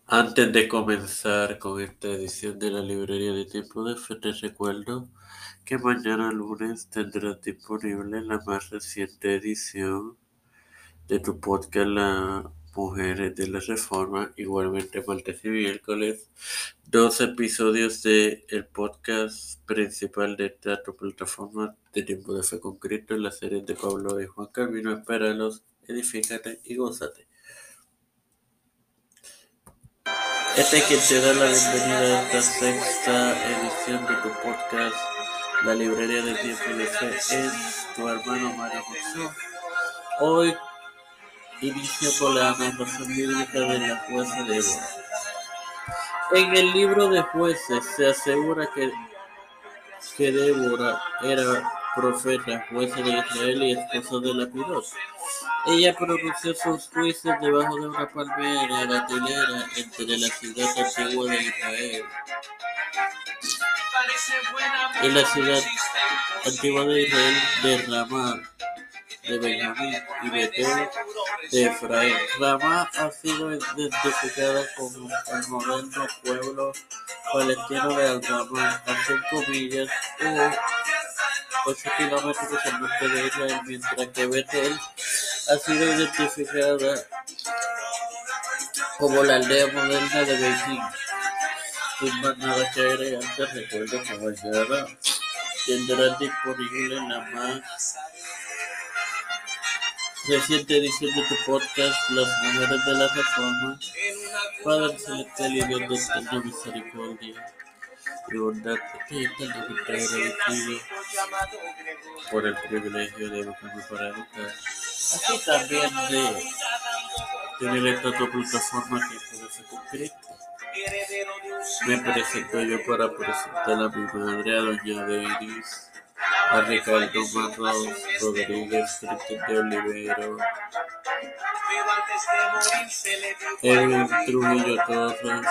Antes de comenzar con esta edición de la Librería de Tiempo de Fe, te recuerdo que mañana lunes tendrás disponible la más reciente edición de tu podcast La Mujeres de la Reforma, igualmente martes y miércoles, dos episodios de el podcast principal de esta tu plataforma de Tiempo de Fe con Cristo, en la serie de Pablo y Juan Calvino. Espéralos, edifícate y gózate. Este es quien te da la bienvenida a esta sexta edición de tu podcast, La Librería de Tiempo de Fe, es tu hermano Mario José. Hoy inicio con la narración bíblica de la jueza Débora. En el libro de Jueces se asegura que Débora era profeta, jueza de Israel y esposa de Lapidot. Ella pronunció sus juicios debajo de una palmera batilera entre la ciudad antigua de Israel y la ciudad antigua de Israel de Ramá de Benjamín y Betel de Efraín. Ramá ha sido identificada como el moderno pueblo palestino de Al-Ramá, a 5 millas o 8 kilómetros al norte de Israel, mientras que Betel ha sido identificada como la aldea moderna de Beijing. Sin más nada que agregar, te recuerdo que mañana tendrás disponible la más reciente edición de tu podcast Las Mujeres de la Reforma. Padre Celestial y Dios de eterna misericordia y bondad, estoy eternamente agradecido por el privilegio de educarme para educar. Así también de tener esta tu plataforma que puede ser con Cristo. Me presento yo para presentar a mi madre, a doña Denis, a Ricardo Marros Rodríguez, Cristian de Olivero, Edwin Trujillo Torres,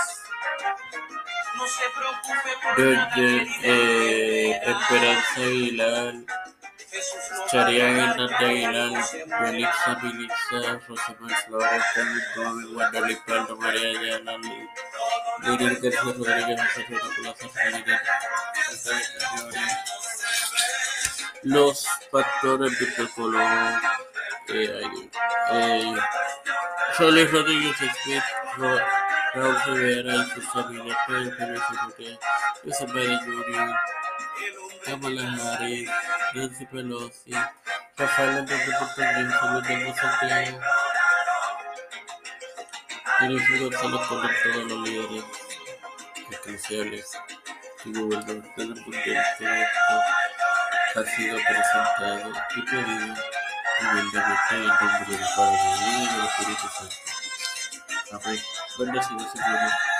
Esperanza Aguilar, Charián Hernández Aguilar, Yolixa Milixa, Rosemar Flores, Carmen Gómez, Guadalupe Aldo, María Ayala, Lilian García Rodríguez, José Rona Plaza, los factores Víctor Colón, Solís Rodríguez Smith, Raúl Rivera y sus familias, Pedro Pérez Urrutia, José María Jr., Kamala Harris, Nancy Pelosi, Rafael Hernández Portugués, Luis de Santiago, Jennifer González con todos los líderes eclesiales y gobernadores del mundo. Todo esto ha sido presentado y pedido humildemente en el nombre del Padre y del Espíritu Santo. Amén. Bendecido Señor.